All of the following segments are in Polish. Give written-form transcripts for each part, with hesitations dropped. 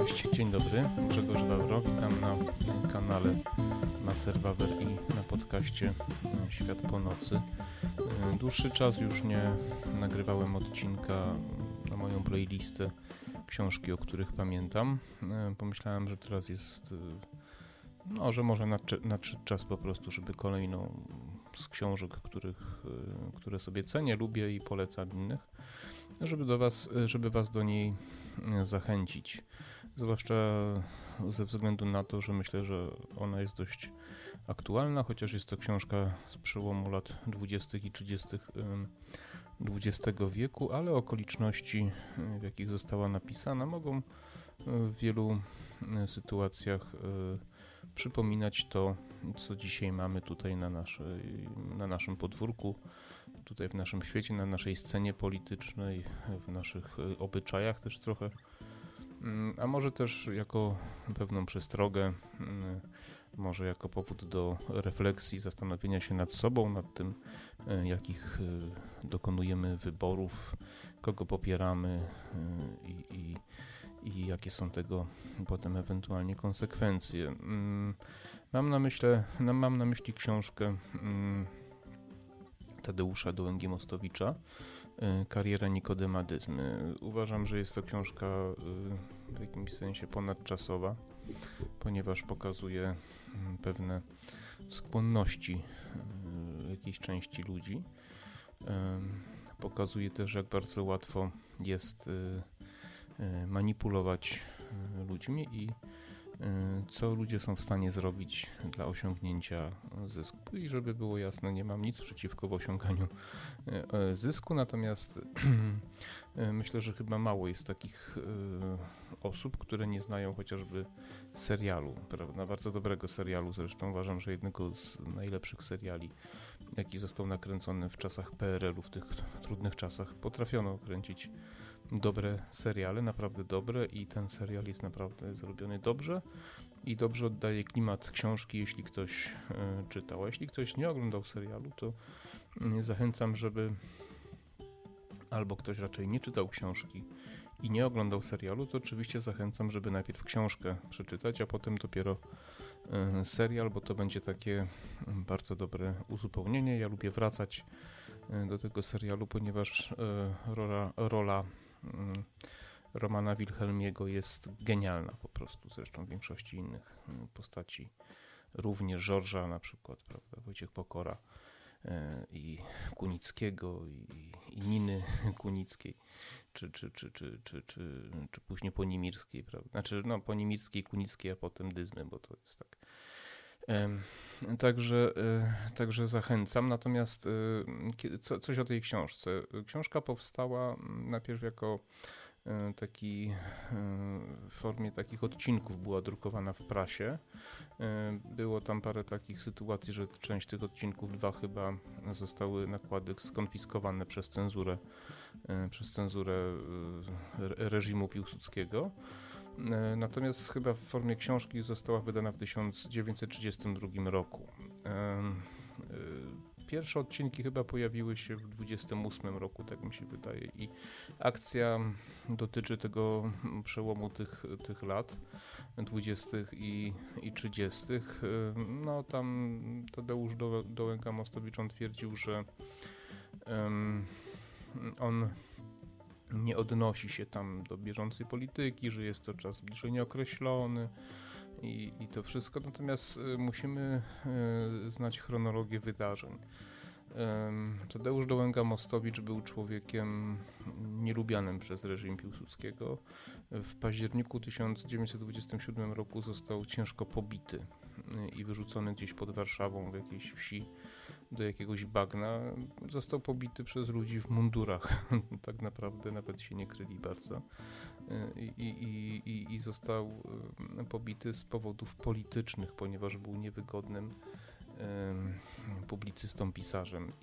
Cześć, dzień dobry, Grzegorz Wawro, witam na kanale Maserwawer i na podcaście Świat po nocy. Dłuższy czas już nie nagrywałem odcinka na moją playlistę książki, o których pamiętam. Pomyślałem, że teraz jest, że może nadszedł czas po prostu, żeby kolejną z książek, które sobie cenię, lubię i polecam innych, żeby was do niej zachęcić. Zwłaszcza ze względu na to, że myślę, że ona jest dość aktualna, chociaż jest to książka z przełomu lat 20. i 30. XX wieku, ale okoliczności, w jakich została napisana, mogą w wielu sytuacjach przypominać to, co dzisiaj mamy tutaj na naszym podwórku, tutaj w naszym świecie, na naszej scenie politycznej, w naszych obyczajach też trochę, a może też jako pewną przestrogę, może jako powód do refleksji, zastanowienia się nad sobą, nad tym, jakich dokonujemy wyborów, kogo popieramy i jakie są tego potem ewentualnie konsekwencje. Mam na myśli książkę Tadeusza Dołęgi-Mostowicza, Kariera Nikodemadyzm. Uważam, że jest to książka w jakimś sensie ponadczasowa, ponieważ pokazuje pewne skłonności jakiejś części ludzi. Pokazuje też, jak bardzo łatwo jest manipulować ludźmi i co ludzie są w stanie zrobić dla osiągnięcia zysku. I żeby było jasne, nie mam nic przeciwko osiąganiu zysku, natomiast myślę, że chyba mało jest takich osób, które nie znają chociażby serialu, prawda? Bardzo dobrego serialu, zresztą uważam, że jednego z najlepszych seriali, jaki został nakręcony w czasach PRL-u, w tych trudnych czasach. Potrafiono kręcić dobre seriale, naprawdę dobre, i ten serial jest naprawdę zrobiony dobrze i dobrze oddaje klimat książki, jeśli ktoś czytał. A jeśli ktoś nie oglądał serialu, to zachęcam, żeby albo ktoś raczej nie czytał książki i nie oglądał serialu, to oczywiście zachęcam, żeby najpierw książkę przeczytać, a potem dopiero serial, bo to będzie takie bardzo dobre uzupełnienie. Ja lubię wracać do tego serialu, ponieważ rola Romana Wilhelmiego jest genialna po prostu, zresztą większości innych postaci, również Georgesa na przykład, prawda, Wojciech Pokora i Kunickiego i Niny Kunickiej, czy później Ponimirskiej, prawda, znaczy Ponimirskiej, Kunickiej, a potem Dyzmy, bo to jest tak. Także zachęcam, natomiast coś o tej książce. Książka powstała najpierw jako w formie takich odcinków, była drukowana w prasie. Było tam parę takich sytuacji, że część tych odcinków, 2 chyba, zostały nakłady skonfiskowane przez cenzurę reżimu Piłsudskiego. Natomiast chyba w formie książki została wydana w 1932 roku. Pierwsze odcinki chyba pojawiły się w 28 roku, tak mi się wydaje, i akcja dotyczy tego przełomu tych lat 20. i 30. No tam Tadeusz Dołęga-Mostowicz, on twierdził, że on nie odnosi się tam do bieżącej polityki, że jest to czas bliżej nieokreślony i to wszystko, natomiast musimy znać chronologię wydarzeń. Tadeusz Dołęga-Mostowicz był człowiekiem nielubianym przez reżim Piłsudskiego. W październiku 1927 roku został ciężko pobity i wyrzucony gdzieś pod Warszawą w jakiejś wsi do jakiegoś bagna. Został pobity przez ludzi w mundurach, tak naprawdę nawet się nie kryli bardzo, i został pobity z powodów politycznych, ponieważ był niewygodnym publicystą, pisarzem,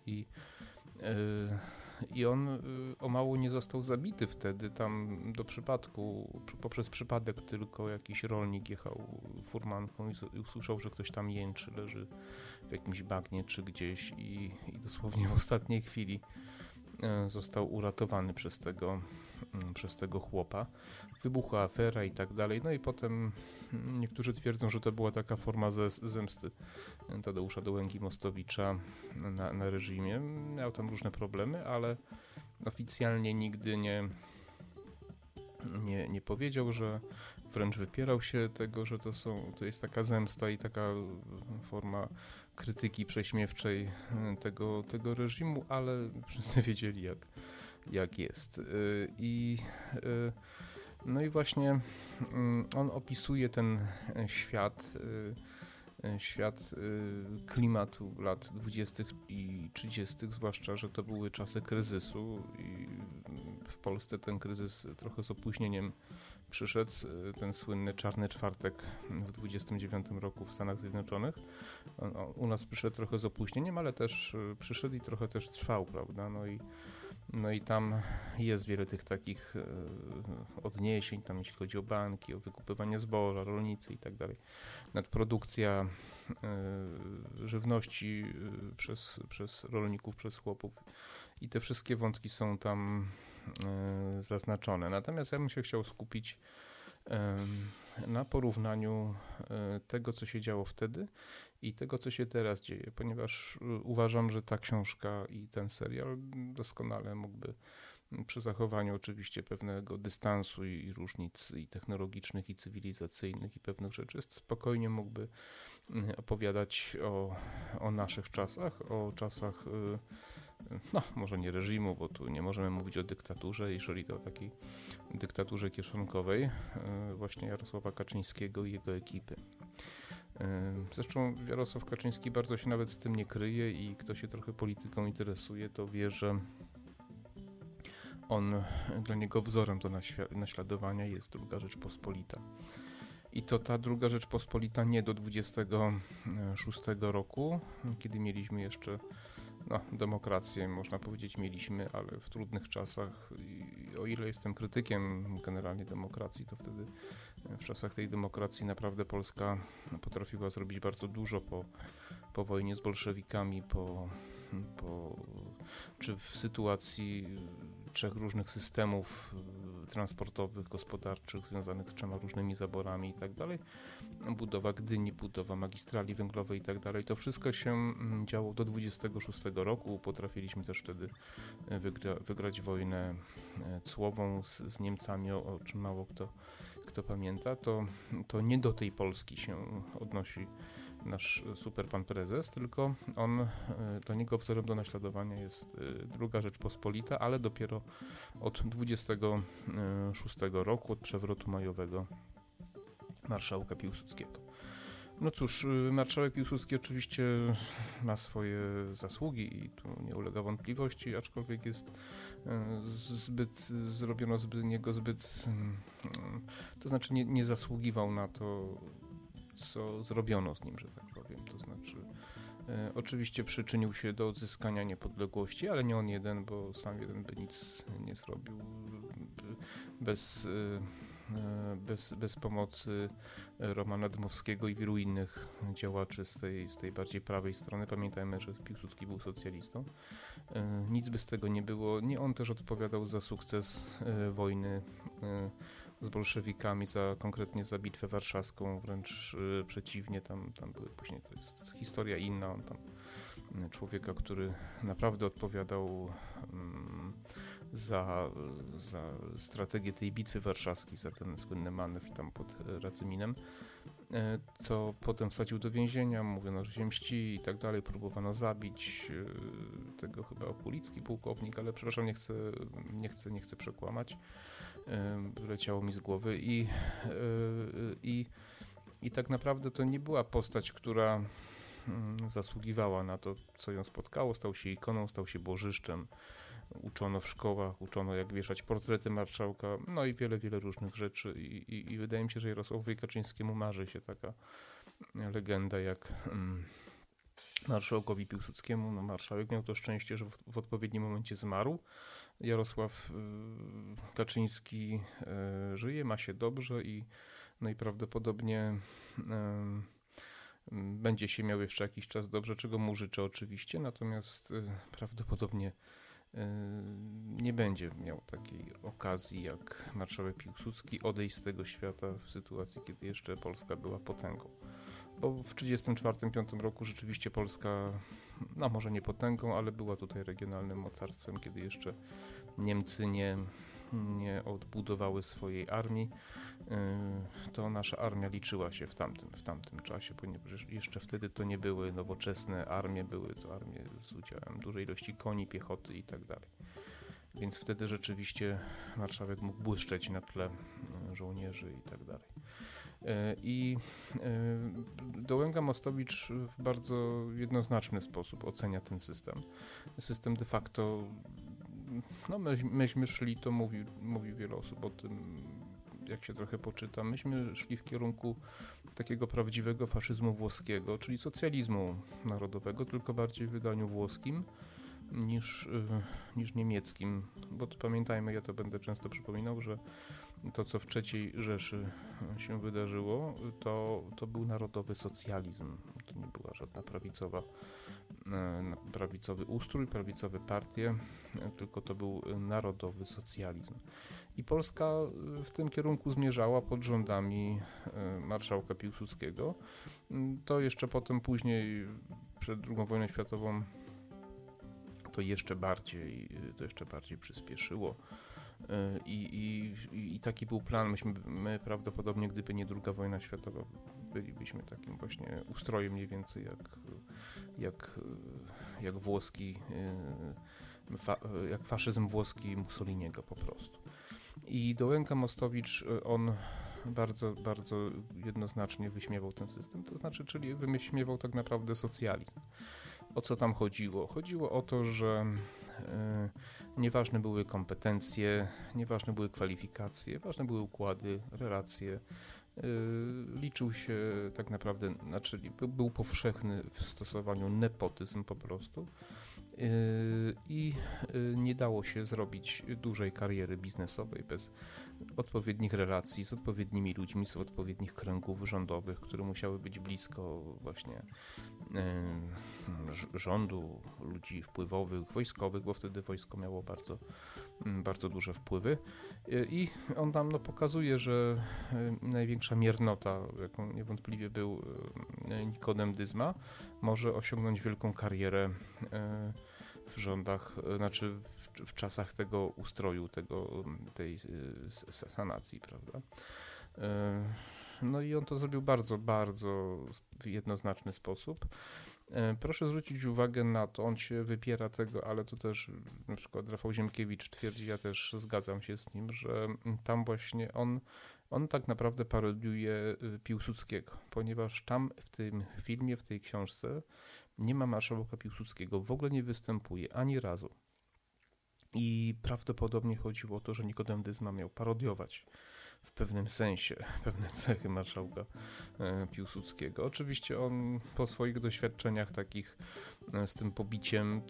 i on o mało nie został zabity wtedy. Tam poprzez przypadek tylko jakiś rolnik jechał furmanką i usłyszał, że ktoś tam jęczy, leży w jakimś bagnie czy gdzieś, i dosłownie w ostatniej chwili został uratowany przez tego chłopa. Wybuchła afera i tak dalej. No i potem niektórzy twierdzą, że to była taka forma zemsty Tadeusza Dołęgi-Mostowicza na reżimie. Miał tam różne problemy, ale oficjalnie nigdy nie powiedział, że wręcz wypierał się tego, że to jest taka zemsta i taka forma krytyki prześmiewczej tego reżimu, ale wszyscy wiedzieli jak jest. No i właśnie on opisuje ten świat klimatu lat 20. i 30., zwłaszcza, że to były czasy kryzysu i w Polsce ten kryzys trochę z opóźnieniem przyszedł, ten słynny Czarny Czwartek w 29 roku w Stanach Zjednoczonych. U nas przyszedł trochę z opóźnieniem, ale też przyszedł i trochę też trwał, prawda? No i tam jest wiele tych takich odniesień, tam jeśli chodzi o banki, o wykupywanie zboża, rolnicy i tak dalej. Nadprodukcja żywności przez rolników, przez chłopów i te wszystkie wątki są tam zaznaczone. Natomiast ja bym się chciał skupić na porównaniu tego, co się działo wtedy i tego, co się teraz dzieje, ponieważ uważam, że ta książka i ten serial doskonale mógłby przy zachowaniu oczywiście pewnego dystansu i różnic i technologicznych, i cywilizacyjnych i pewnych rzeczy, spokojnie mógłby opowiadać o naszych czasach, o czasach no może nie reżimu, bo tu nie możemy mówić o dyktaturze, jeżeli to o takiej dyktaturze kieszonkowej właśnie Jarosława Kaczyńskiego i jego ekipy. Zresztą Jarosław Kaczyński bardzo się nawet z tym nie kryje i kto się trochę polityką interesuje, to wie, że dla niego wzorem do naśladowania jest Druga Rzeczpospolita. I to ta Druga Rzeczpospolita nie do 26 roku, kiedy mieliśmy jeszcze demokrację, można powiedzieć mieliśmy, ale w trudnych czasach. I o ile jestem krytykiem generalnie demokracji, to wtedy w czasach tej demokracji naprawdę Polska potrafiła zrobić bardzo dużo po wojnie z bolszewikami, czy w sytuacji 3 różnych systemów transportowych, gospodarczych związanych z 3 różnymi zaborami i tak dalej. Budowa Gdyni, budowa magistrali węglowej i tak dalej. To wszystko się działo do 26 roku. Potrafiliśmy też wtedy wygrać wojnę cłową z Niemcami, o czym mało kto pamięta. To nie do tej Polski się odnosi nasz super pan prezes, tylko dla niego wzorem do naśladowania jest Druga Rzeczpospolita, ale dopiero od 26 roku, od przewrotu majowego marszałka Piłsudskiego. No cóż, marszałek Piłsudski oczywiście ma swoje zasługi i tu nie ulega wątpliwości, aczkolwiek zrobiono z niego to znaczy nie zasługiwał na to, co zrobiono z nim, że tak powiem. To znaczy oczywiście przyczynił się do odzyskania niepodległości, ale nie on jeden, bo sam jeden by nic nie zrobił bez pomocy Romana Dmowskiego i wielu innych działaczy z tej bardziej prawej strony. Pamiętajmy, że Piłsudski był socjalistą. Nic by z tego nie było. Nie on też odpowiadał za sukces wojny z bolszewikami, konkretnie za Bitwę Warszawską, wręcz przeciwnie, tam były później, to jest historia inna, on tam człowieka, który naprawdę odpowiadał za strategię tej Bitwy Warszawskiej, za ten słynny manewr tam pod Radzyminem, to potem wsadził do więzienia, mówiono, że się mści i tak dalej, próbowano zabić tego chyba Okulicki pułkownik, ale przepraszam, nie chcę przekłamać, leciało mi z głowy i tak naprawdę to nie była postać, która zasługiwała na to, co ją spotkało, stał się ikoną, stał się bożyszczem, uczono w szkołach, uczono jak wieszać portrety marszałka, no i wiele różnych rzeczy i wydaje mi się, że Jarosławowi Kaczyńskiemu marzy się taka legenda jak marszałkowi Piłsudskiemu. No, marszałek miał to szczęście, że w odpowiednim momencie zmarł. Jarosław Kaczyński żyje, ma się dobrze i prawdopodobnie będzie się miał jeszcze jakiś czas dobrze, czego mu życzę oczywiście, natomiast prawdopodobnie nie będzie miał takiej okazji jak marszałek Piłsudski odejść z tego świata w sytuacji, kiedy jeszcze Polska była potęgą. Bo w 1934-1935 roku rzeczywiście Polska, no może nie potęgą, ale była tutaj regionalnym mocarstwem, kiedy jeszcze Niemcy nie odbudowały swojej armii. To nasza armia liczyła się w tamtym czasie, ponieważ jeszcze wtedy to nie były nowoczesne armie, były to armie z udziałem dużej ilości koni, piechoty i tak dalej. Więc wtedy rzeczywiście marszałek mógł błyszczeć na tle żołnierzy i tak dalej. I Dołęga-Mostowicz w bardzo jednoznaczny sposób ocenia ten system. System de facto, no myśmy szli, to mówi wiele osób o tym, jak się trochę poczyta, myśmy szli w kierunku takiego prawdziwego faszyzmu włoskiego, czyli socjalizmu narodowego, tylko bardziej w wydaniu włoskim niż niemieckim, bo to pamiętajmy, ja to będę często przypominał, że to, co w III Rzeszy się wydarzyło, to był narodowy socjalizm. To nie była żadna prawicowy ustrój, prawicowe partie, tylko to był narodowy socjalizm. I Polska w tym kierunku zmierzała pod rządami marszałka Piłsudskiego. To jeszcze potem, później, przed II wojną światową, to jeszcze bardziej przyspieszyło. I taki był plan. My prawdopodobnie, gdyby nie II wojna światowa, bylibyśmy takim właśnie ustrojem mniej więcej jak włoski, jak faszyzm włoski Mussoliniego po prostu. I Dołęga-Mostowicz, on bardzo, bardzo jednoznacznie wyśmiewał ten system, to znaczy, czyli wyśmiewał tak naprawdę socjalizm. O co tam chodziło? Chodziło o to, że nieważne były kompetencje, nieważne były kwalifikacje, ważne były układy, relacje. Liczył się tak naprawdę, znaczy był powszechny w stosowaniu nepotyzm po prostu i nie dało się zrobić dużej kariery biznesowej bez odpowiednich relacji z odpowiednimi ludźmi, z odpowiednich kręgów rządowych, które musiały być blisko właśnie rządu, ludzi wpływowych, wojskowych, bo wtedy wojsko miało bardzo, bardzo duże wpływy. I on tam pokazuje, że największa miernota, jaką niewątpliwie był Nikodem Dyzma, może osiągnąć wielką karierę w rządach, znaczy w czasach tego ustroju, tej sanacji, prawda? No i on to zrobił bardzo, bardzo w jednoznaczny sposób. Proszę zwrócić uwagę na to, on się wypiera tego, ale to też na przykład Rafał Ziemkiewicz twierdzi, ja też zgadzam się z nim, że tam właśnie on tak naprawdę parodiuje Piłsudskiego, ponieważ tam w tym filmie, w tej książce nie ma marszałka Piłsudskiego, w ogóle nie występuje ani razu. I prawdopodobnie chodziło o to, że Nikodem Dyzma miał parodiować w pewnym sensie pewne cechy marszałka Piłsudskiego. Oczywiście on po swoich doświadczeniach takich z tym pobiciem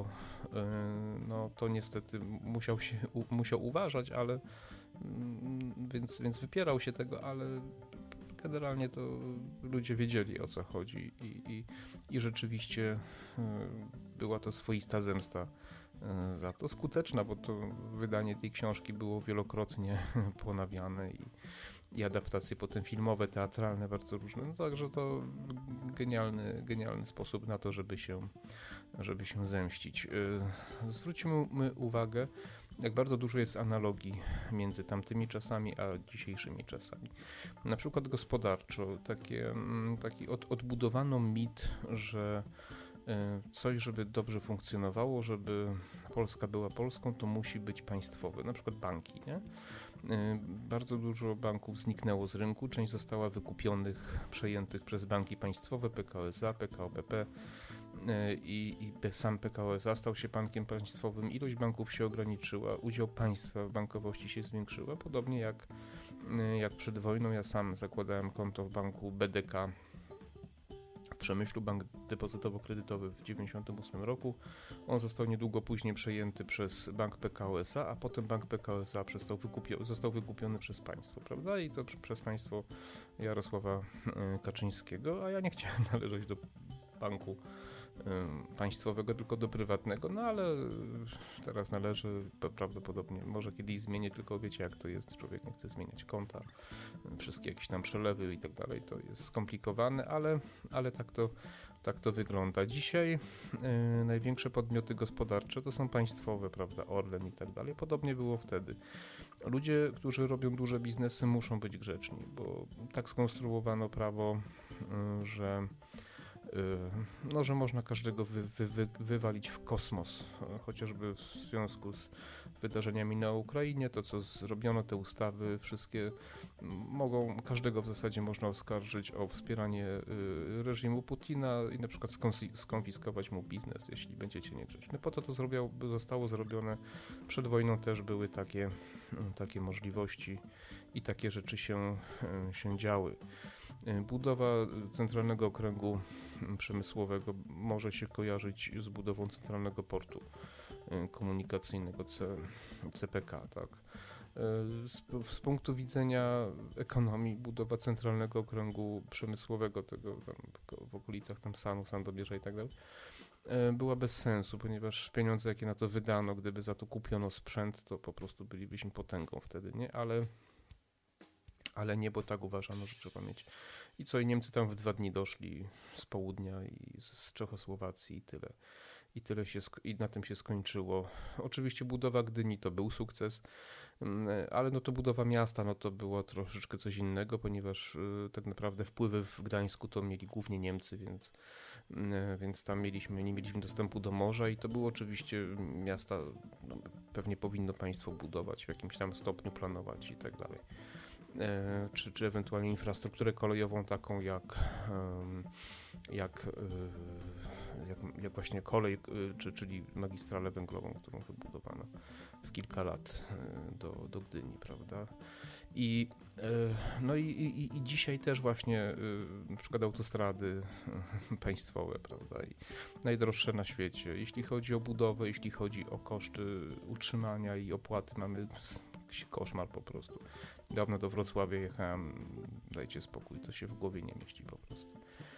to niestety musiał uważać, ale więc wypierał się tego, ale generalnie to ludzie wiedzieli, o co chodzi i rzeczywiście była to swoista zemsta za to, skuteczna, bo to wydanie tej książki było wielokrotnie ponawiane i adaptacje potem filmowe, teatralne, bardzo różne. No także to genialny sposób na to, żeby się zemścić. Zwróćmy uwagę, jak bardzo dużo jest analogii między tamtymi czasami a dzisiejszymi czasami. Na przykład gospodarczo, taki odbudowano mit, że coś, żeby dobrze funkcjonowało, żeby Polska była Polską, to musi być państwowe, na przykład banki, nie? Bardzo dużo banków zniknęło z rynku, część została przejętych przez banki państwowe, PKO SA, PKO BP i sam PKO SA stał się bankiem państwowym, ilość banków się ograniczyła, udział państwa w bankowości się zwiększyła, podobnie jak przed wojną. Ja sam zakładałem konto w banku BDK w Przemyślu, bank depozytowo-kredytowy w 1998 roku. On został niedługo później przejęty przez bank PKO SA, a potem bank PKO SA został wykupiony przez państwo, prawda? I to przez państwo Jarosława Kaczyńskiego, a ja nie chciałem należeć do banku państwowego, tylko do prywatnego, no ale teraz należy prawdopodobnie, może kiedyś zmienić, tylko wiecie jak to jest, człowiek nie chce zmieniać konta, wszystkie jakieś tam przelewy i tak dalej, to jest skomplikowane, ale tak to wygląda. Dzisiaj największe podmioty gospodarcze to są państwowe, prawda, Orlen i tak dalej, podobnie było wtedy. Ludzie, którzy robią duże biznesy, muszą być grzeczni, bo tak skonstruowano prawo, że że można każdego wywalić w kosmos, chociażby w związku z wydarzeniami na Ukrainie, to co zrobiono, te ustawy wszystkie każdego w zasadzie można oskarżyć o wspieranie reżimu Putina i na przykład skonfiskować mu biznes, jeśli będziecie niegrzeczni. Po to zostało zrobione, przed wojną też były takie możliwości i takie rzeczy się działy. Budowa Centralnego Okręgu Przemysłowego może się kojarzyć z budową Centralnego Portu Komunikacyjnego CPK, tak. Z punktu widzenia ekonomii budowa Centralnego Okręgu Przemysłowego, tego tam w okolicach tam Sandomierza i tak dalej, była bez sensu, ponieważ pieniądze, jakie na to wydano, gdyby za to kupiono sprzęt, to po prostu bylibyśmy potęgą wtedy, nie? Ale nie, bo tak uważano, że trzeba mieć. I co, i Niemcy tam w 2 dni doszli z południa i z Czechosłowacji i tyle. I na tym się skończyło. Oczywiście budowa Gdyni to był sukces, ale no to budowa miasta, no to było troszeczkę coś innego, ponieważ tak naprawdę wpływy w Gdańsku to mieli głównie Niemcy, więc tam nie mieliśmy dostępu do morza i to było oczywiście miasta, no, pewnie powinno państwo budować, w jakimś tam stopniu planować i tak dalej. Czy ewentualnie infrastrukturę kolejową taką jak właśnie kolej, czyli magistralę węglową, którą wybudowano w kilka lat do Gdyni, prawda? No i dzisiaj też właśnie na przykład autostrady państwowe, prawda? I najdroższe na świecie. Jeśli chodzi o budowę, jeśli chodzi o koszty utrzymania i opłaty, mamy jakiś koszmar po prostu. Dawno do Wrocławia jechałem, dajcie spokój, to się w głowie nie mieści po prostu.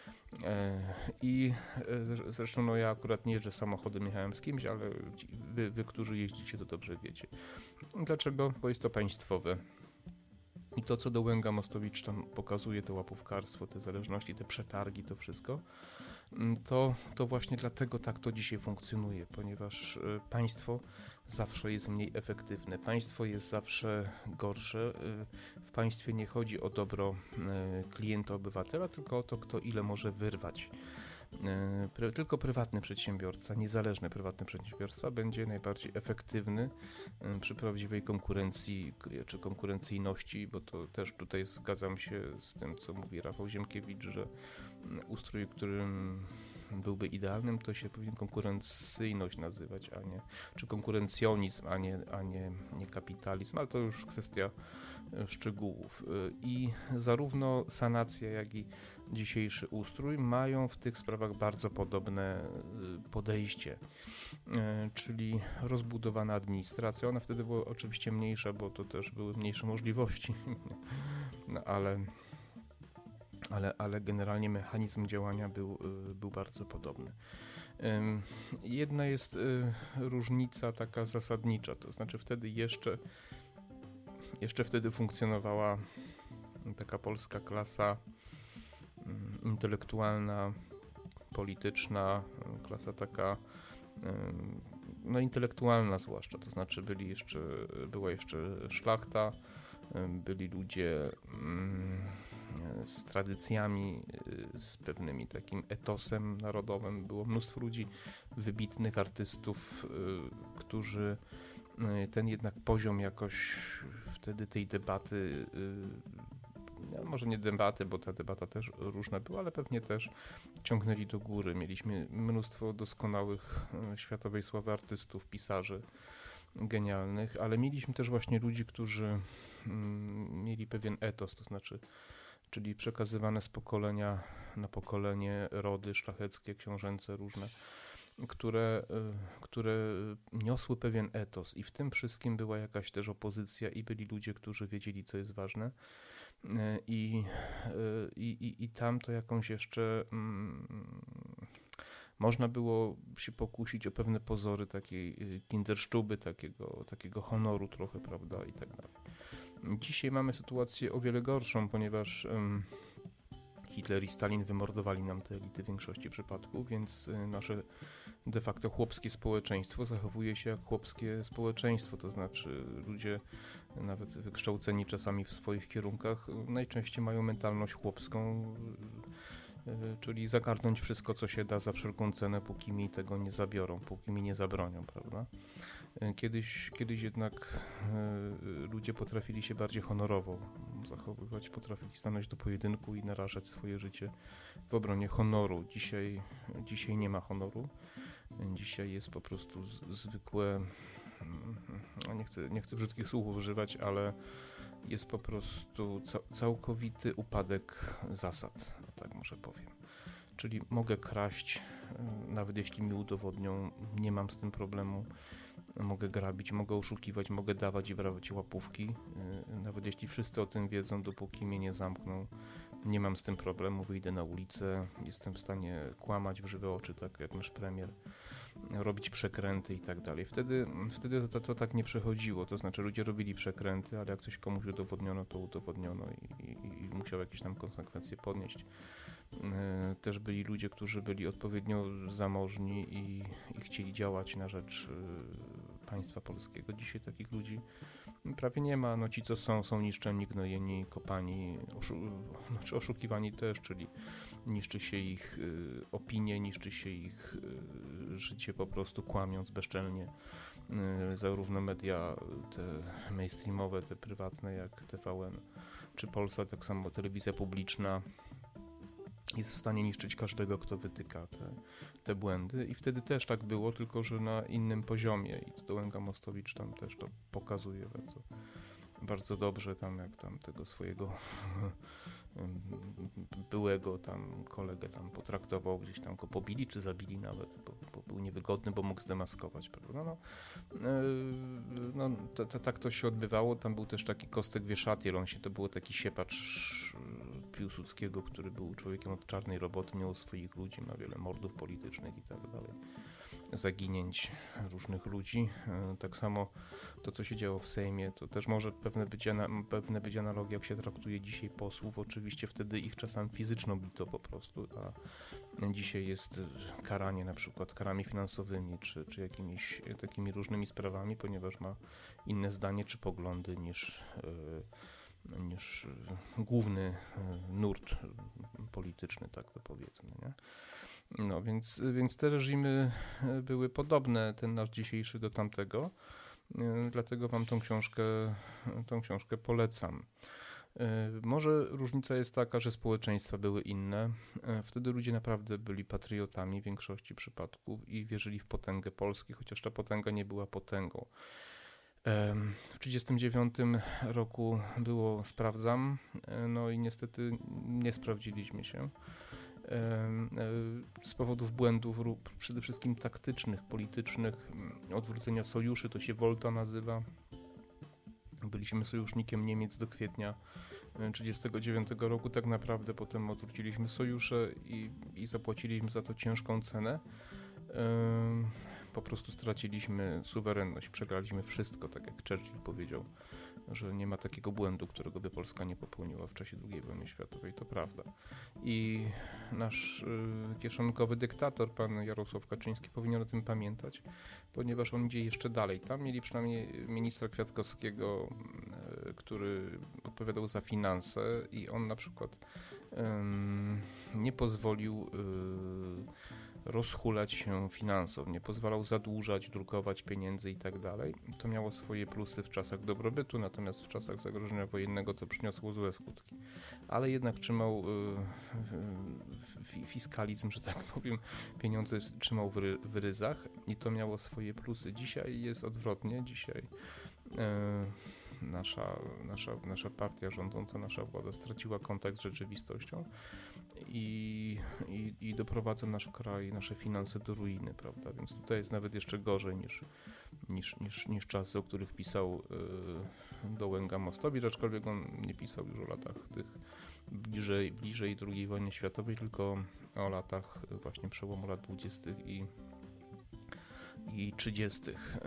I zresztą no ja akurat nie jeżdżę samochodem, jechałem z kimś, ale wy, którzy jeździcie, to dobrze wiecie. Dlaczego? Bo jest to państwowe. I to, co Dołęga Mostowicz tam pokazuje, to łapówkarstwo, te zależności, te przetargi, to wszystko, to właśnie dlatego tak to dzisiaj funkcjonuje, ponieważ państwo zawsze jest mniej efektywne, państwo jest zawsze gorsze, w państwie nie chodzi o dobro klienta, obywatela, tylko o to, kto ile może wyrwać. Tylko prywatny przedsiębiorca, niezależny prywatny przedsiębiorstwa będzie najbardziej efektywny przy prawdziwej konkurencji czy konkurencyjności, bo to też tutaj zgadzam się z tym, co mówi Rafał Ziemkiewicz, że ustrój, którym byłby idealnym, to się powinien konkurencyjność nazywać, czy konkurencjonizm, a nie kapitalizm, ale to już kwestia szczegółów. I zarówno sanacja, jak i dzisiejszy ustrój mają w tych sprawach bardzo podobne podejście, czyli rozbudowana administracja. Ona wtedy była oczywiście mniejsza, bo to też były mniejsze możliwości, no, ale generalnie mechanizm działania był bardzo podobny. Jedna jest różnica taka zasadnicza, to znaczy wtedy jeszcze wtedy funkcjonowała taka polska klasa intelektualna, polityczna, klasa taka no intelektualna zwłaszcza, to znaczy była jeszcze szlachta, byli ludzie z tradycjami, z pewnymi takim etosem narodowym, było mnóstwo ludzi, wybitnych artystów, którzy ten jednak poziom jakoś wtedy tej debaty, może nie debaty, bo ta debata też różna była, ale pewnie też ciągnęli do góry. Mieliśmy mnóstwo doskonałych światowej sławy artystów, pisarzy genialnych, ale mieliśmy też właśnie ludzi, którzy mieli pewien etos, to znaczy, czyli przekazywane z pokolenia na pokolenie rody szlacheckie, książęce różne, które niosły pewien etos i w tym wszystkim była jakaś też opozycja i byli ludzie, którzy wiedzieli, co jest ważne i tam to jakąś jeszcze Można było się pokusić o pewne pozory takiej kindersztuby, takiego honoru trochę, prawda, i tak dalej. Dzisiaj mamy sytuację o wiele gorszą, ponieważ Hitler i Stalin wymordowali nam te elity w większości przypadków, więc nasze de facto chłopskie społeczeństwo zachowuje się jak chłopskie społeczeństwo, to znaczy ludzie nawet wykształceni czasami w swoich kierunkach najczęściej mają mentalność chłopską, czyli zagarnąć wszystko, co się da za wszelką cenę, póki mi tego nie zabiorą, póki mi nie zabronią, prawda? Kiedyś jednak ludzie potrafili się bardziej honorowo zachowywać, potrafili stanąć do pojedynku i narażać swoje życie w obronie honoru. Dzisiaj nie ma honoru. Dzisiaj jest po prostu zwykłe, nie chcę brzydkich słów używać, ale jest po prostu całkowity upadek zasad, tak może powiem. Czyli mogę kraść, nawet jeśli mi udowodnią, nie mam z tym problemu. Mogę grabić, mogę oszukiwać, mogę dawać i brawać łapówki. Nawet jeśli wszyscy o tym wiedzą, dopóki mnie nie zamkną, nie mam z tym problemu, wyjdę na ulicę, jestem w stanie kłamać w żywe oczy, tak jak nasz premier, robić przekręty i tak dalej. Wtedy to tak nie przechodziło, to znaczy ludzie robili przekręty, ale jak coś komuś udowodniono, to udowodniono i musiał jakieś tam konsekwencje podnieść. Też byli ludzie, którzy byli odpowiednio zamożni i chcieli działać na rzecz państwa polskiego. Dzisiaj takich ludzi prawie nie ma. No ci, co są niszczeni, gnojeni, kopani, oszukiwani też, czyli niszczy się ich opinie, niszczy się ich życie po prostu kłamiąc bezczelnie. Zarówno media te mainstreamowe, te prywatne jak TVN czy Polsat, tak samo telewizja publiczna jest w stanie niszczyć każdego, kto wytyka te błędy i wtedy też tak było, tylko że na innym poziomie i to Łęga-Mostowicz tam też to pokazuje bardzo dobrze, tam jak tam tego swojego byłego tam kolegę tam potraktował, gdzieś tam go pobili czy zabili nawet, bo był niewygodny, bo mógł zdemaskować, prawda? Tak to się odbywało. Tam był też taki Kostek Wieszatiel, to był taki siepacz Piłsudskiego, który był człowiekiem od czarnej roboty, miał swoich ludzi, ma wiele mordów politycznych i tak dalej, zaginięć różnych ludzi. Tak samo to, co się działo w Sejmie, to też może pewne być analogia, jak się traktuje dzisiaj posłów. Oczywiście wtedy ich czasami fizyczną bito po prostu, a dzisiaj jest karanie na przykład karami finansowymi, czy jakimiś takimi różnymi sprawami, ponieważ ma inne zdanie czy poglądy niż główny nurt polityczny, tak to powiedzmy, nie? No więc te reżimy były podobne, ten nasz dzisiejszy do tamtego, dlatego wam tą książkę polecam. Może różnica jest taka, że społeczeństwa były inne. Wtedy ludzie naprawdę byli patriotami w większości przypadków i wierzyli w potęgę Polski, chociaż ta potęga nie była potęgą. W 1939 roku było sprawdzam, no i niestety nie sprawdziliśmy się. Z powodów błędów, przede wszystkim taktycznych, politycznych, odwrócenia sojuszy, to się Volta nazywa. Byliśmy sojusznikiem Niemiec do kwietnia 1939 roku. Tak naprawdę potem odwróciliśmy sojusze i zapłaciliśmy za to ciężką cenę. Po prostu straciliśmy suwerenność, przegraliśmy wszystko, tak jak Churchill powiedział, że nie ma takiego błędu, którego by Polska nie popełniła w czasie II wojny światowej, to prawda. I nasz kieszonkowy dyktator, pan Jarosław Kaczyński, powinien o tym pamiętać, ponieważ on idzie jeszcze dalej. Tam mieli przynajmniej ministra Kwiatkowskiego, który odpowiadał za finanse i on na przykład nie pozwolił rozhulać się finansom, nie pozwalał zadłużać, drukować pieniędzy i tak dalej. To miało swoje plusy w czasach dobrobytu, natomiast w czasach zagrożenia wojennego to przyniosło złe skutki. Ale jednak trzymał fiskalizm, że tak powiem, pieniądze trzymał w ryzach i to miało swoje plusy. Dzisiaj jest odwrotnie, dzisiaj nasza partia rządząca, nasza władza straciła kontakt z rzeczywistością i doprowadza nasz kraj, nasze finanse do ruiny, prawda? Więc tutaj jest nawet jeszcze gorzej niż czasy, o których pisał Dołęga Mostowicz, aczkolwiek on nie pisał już o latach tych bliżej II wojny światowej, tylko o latach właśnie przełomu lat 20. i 30.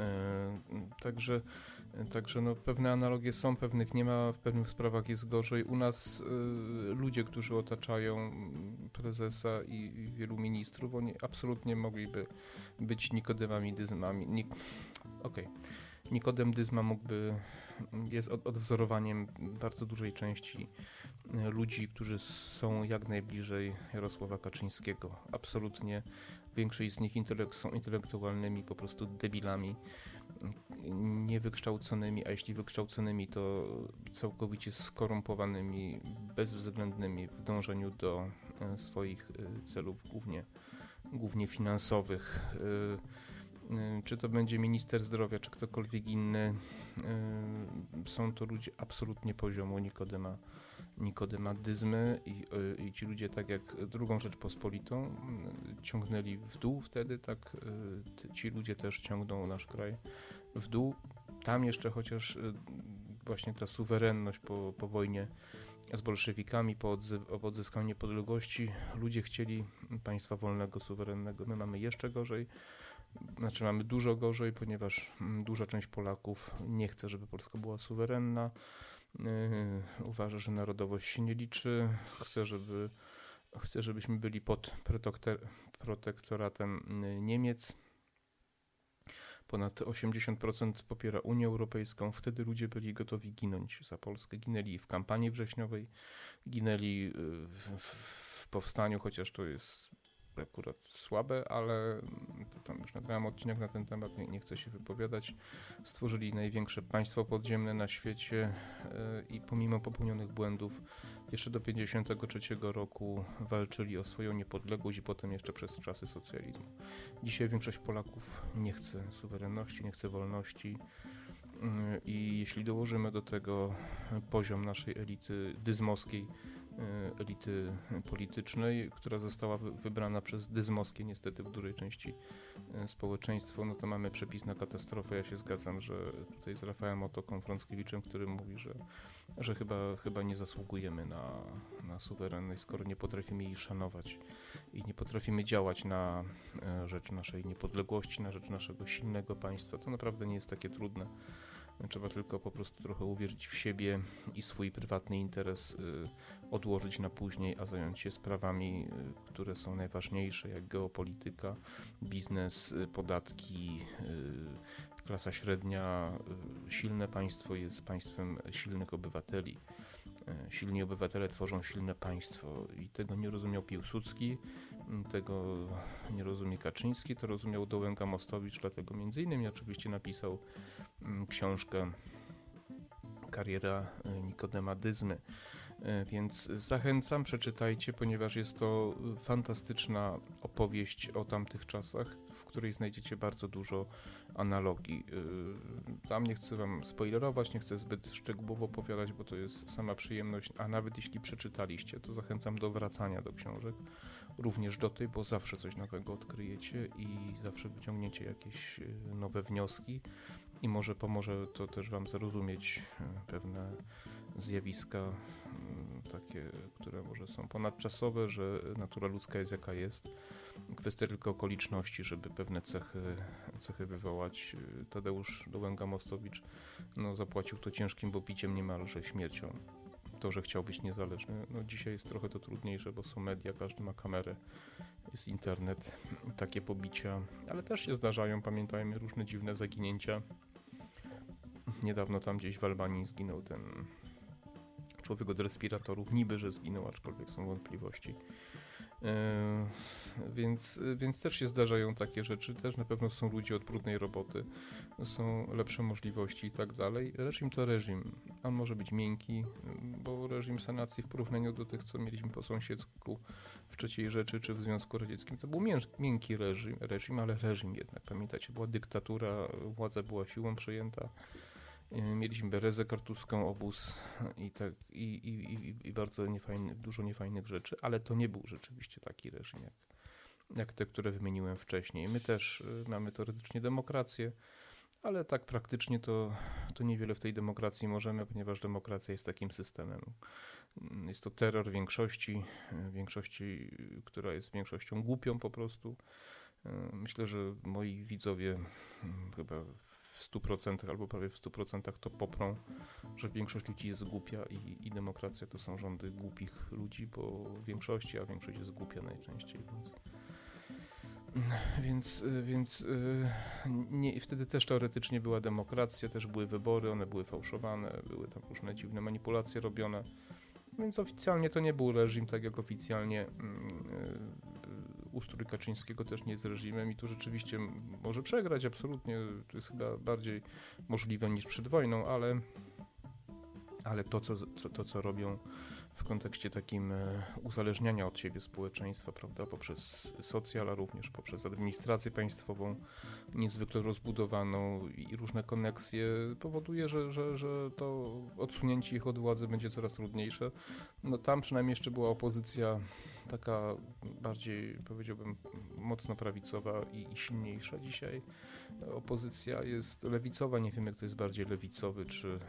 Także no, pewne analogie są, pewnych nie ma, w pewnych sprawach jest gorzej. U nas ludzie, którzy otaczają prezesa i wielu ministrów, oni absolutnie mogliby być Nikodemami, Dyzmami. Nikodem Dyzma jest odwzorowaniem bardzo dużej części ludzi, którzy są jak najbliżej Jarosława Kaczyńskiego. Absolutnie większość z nich są intelektualnymi po prostu debilami, niewykształconymi, a jeśli wykształconymi, to całkowicie skorumpowanymi, bezwzględnymi w dążeniu do swoich celów, głównie finansowych. Czy to będzie minister zdrowia, czy ktokolwiek inny, są to ludzie absolutnie poziomu Nikodema Dyzmy i ci ludzie, tak jak II Rzeczpospolitą ciągnęli w dół wtedy, tak ci ludzie też ciągną nasz kraj w dół. Tam jeszcze chociaż właśnie ta suwerenność po wojnie z bolszewikami, po odzyskaniu niepodległości, ludzie chcieli państwa wolnego, suwerennego. My mamy jeszcze gorzej. Znaczy mamy dużo gorzej, ponieważ duża część Polaków nie chce, żeby Polska była suwerenna. Uważa, że narodowość się nie liczy. Chce, żebyśmy byli pod protektoratem Niemiec. Ponad 80% popiera Unię Europejską. Wtedy ludzie byli gotowi ginąć za Polskę. Ginęli w kampanii wrześniowej, ginęli w powstaniu, chociaż to jest akurat słabe, ale to tam już nagrałem odcinek na ten temat, nie chcę się wypowiadać. Stworzyli największe państwo podziemne na świecie i pomimo popełnionych błędów jeszcze do 1953 roku walczyli o swoją niepodległość i potem jeszcze przez czasy socjalizmu. Dzisiaj większość Polaków nie chce suwerenności, nie chce wolności i jeśli dołożymy do tego poziom naszej elity dyzmowskiej, elity politycznej, która została wybrana przez dyzmowskie niestety w dużej części społeczeństwo, no to mamy przepis na katastrofę. Ja się zgadzam, że tutaj z Rafałem Otoką-Frąckiewiczem, który mówi, że chyba nie zasługujemy na suwerenność, skoro nie potrafimy jej szanować i nie potrafimy działać na rzecz naszej niepodległości, na rzecz naszego silnego państwa. To naprawdę nie jest takie trudne. Trzeba tylko po prostu trochę uwierzyć w siebie i swój prywatny interes odłożyć na później, a zająć się sprawami, które są najważniejsze, jak geopolityka, biznes, podatki, klasa średnia. Silne państwo jest państwem silnych obywateli. Silni obywatele tworzą silne państwo i tego nie rozumiał Piłsudski, tego nie rozumie Kaczyński, to rozumiał Dołęga-Mostowicz, dlatego między innymi oczywiście napisał książkę Kariera Nikodema Dyzmy. Więc zachęcam, przeczytajcie, ponieważ jest to fantastyczna opowieść o tamtych czasach, w której znajdziecie bardzo dużo analogii. Tam nie chcę wam spoilerować, nie chcę zbyt szczegółowo opowiadać, bo to jest sama przyjemność, a nawet jeśli przeczytaliście, to zachęcam do wracania do książek, również do tej, bo zawsze coś nowego odkryjecie i zawsze wyciągniecie jakieś nowe wnioski i może pomoże to też wam zrozumieć pewne zjawiska takie, które może są ponadczasowe, że natura ludzka jest jaka jest. Kwestia tylko okoliczności, żeby pewne cechy wywołać. Tadeusz Dołęga-Mostowicz zapłacił to ciężkim pobiciem, niemalże śmiercią. To, że chciał być niezależny. Dzisiaj jest trochę to trudniejsze, bo są media, każdy ma kamerę, jest internet, takie pobicia, ale też się zdarzają, pamiętajmy, różne dziwne zaginięcia. Niedawno tam gdzieś w Albanii zginął ten człowiek od respiratorów, niby, że zginął, aczkolwiek są wątpliwości. Więc też się zdarzają takie rzeczy, też na pewno są ludzie od brudnej roboty, są lepsze możliwości i tak dalej. Reżim to reżim, on może być miękki, bo reżim sanacji w porównaniu do tych, co mieliśmy po sąsiedzku w III Rzeszy czy w Związku Radzieckim, to był miękki reżim, ale reżim jednak, pamiętacie, była dyktatura, władza była siłą przejęta. Mieliśmy Berezę Kartuską, obóz i bardzo dużo niefajnych rzeczy, ale to nie był rzeczywiście taki reżim jak te, które wymieniłem wcześniej. My też mamy teoretycznie demokrację, ale tak praktycznie to niewiele w tej demokracji możemy, ponieważ demokracja jest takim systemem. Jest to terror większości, która jest większością głupią po prostu. Myślę, że moi widzowie chyba w 100% albo prawie w 100% to poprą, że większość ludzi jest głupia i demokracja to są rządy głupich ludzi, bo w większości, a większość jest głupia najczęściej, więc nie, wtedy też teoretycznie była demokracja, też były wybory, one były fałszowane, były tam różne dziwne manipulacje robione, więc oficjalnie to nie był reżim, tak jak oficjalnie ustrój Kaczyńskiego też nie jest reżimem i tu rzeczywiście może przegrać, absolutnie, to jest chyba bardziej możliwe niż przed wojną, ale to, co robią w kontekście takim uzależniania od siebie społeczeństwa, prawda, poprzez socjal, a również poprzez administrację państwową niezwykle rozbudowaną i różne koneksje powoduje, że to odsunięcie ich od władzy będzie coraz trudniejsze. No tam przynajmniej jeszcze była opozycja taka bardziej, powiedziałbym, mocno prawicowa i silniejsza. Dzisiaj opozycja jest lewicowa, nie wiem jak to jest bardziej lewicowy, czy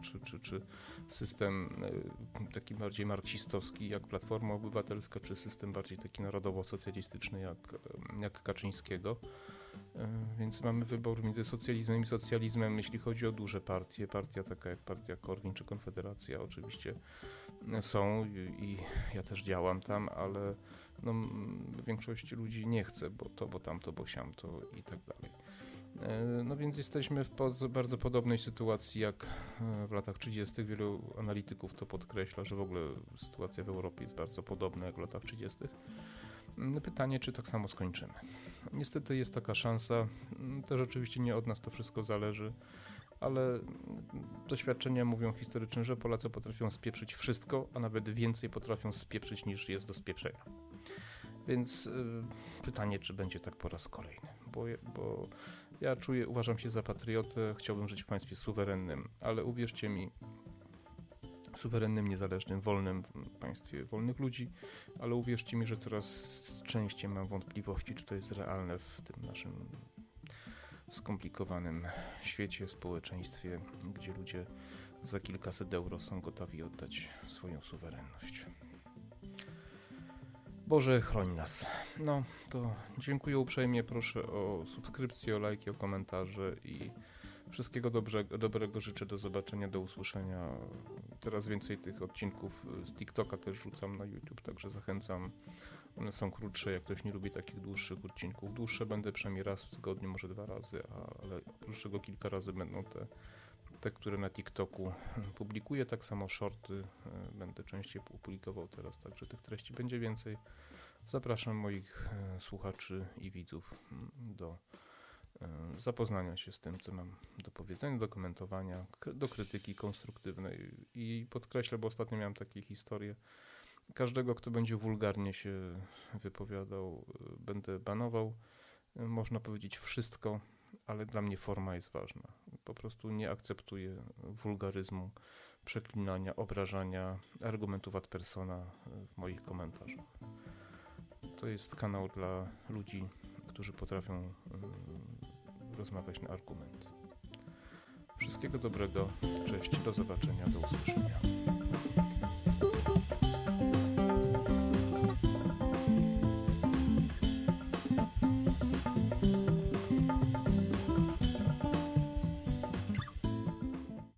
system taki bardziej marksistowski jak Platforma Obywatelska, czy system bardziej taki narodowo-socjalistyczny jak Kaczyńskiego. Więc mamy wybór między socjalizmem i socjalizmem, jeśli chodzi o duże partie. Partia taka jak partia Korwin czy Konfederacja oczywiście są i ja też działam tam, ale no, większość ludzi nie chce, bo to, bo tamto, bo siamto i tak dalej. No więc jesteśmy w bardzo podobnej sytuacji jak w latach 30. Wielu analityków to podkreśla, że w ogóle sytuacja w Europie jest bardzo podobna jak w latach 30. Pytanie, czy tak samo skończymy. Niestety jest taka szansa, też oczywiście nie od nas to wszystko zależy, ale doświadczenia mówią historyczne, że Polacy potrafią spieprzyć wszystko, a nawet więcej potrafią spieprzyć niż jest do spieprzenia. Więc pytanie, czy będzie tak po raz kolejny, bo ja uważam się za patriotę, chciałbym żyć w państwie suwerennym, ale uwierzcie mi, suwerennym, niezależnym, wolnym państwie wolnych ludzi, ale uwierzcie mi, że coraz częściej mam wątpliwości, czy to jest realne w tym naszym skomplikowanym świecie, społeczeństwie, gdzie ludzie za kilkaset euro są gotowi oddać swoją suwerenność. Boże, chroń nas. No, to dziękuję uprzejmie, proszę o subskrypcję, o lajki, o komentarze i wszystkiego dobrego życzę, do zobaczenia, do usłyszenia. Teraz więcej tych odcinków z TikToka też rzucam na YouTube, także zachęcam. One są krótsze, jak ktoś nie lubi takich dłuższych odcinków. Dłuższe będę przynajmniej raz w tygodniu, może 2 razy, ale oprócz tego kilka razy będą te, które na TikToku publikuję. Tak samo shorty będę częściej publikował teraz, także tych treści będzie więcej. Zapraszam moich słuchaczy i widzów do zapoznania się z tym, co mam do powiedzenia, do komentowania, do krytyki konstruktywnej i podkreślę, bo ostatnio miałem takie historie, każdego, kto będzie wulgarnie się wypowiadał, będę banował, można powiedzieć wszystko, ale dla mnie forma jest ważna. Po prostu nie akceptuję wulgaryzmu, przeklinania, obrażania, argumentów ad persona w moich komentarzach. To jest kanał dla ludzi, którzy potrafią rozmawiać na argument. Wszystkiego dobrego, cześć, do zobaczenia, do usłyszenia.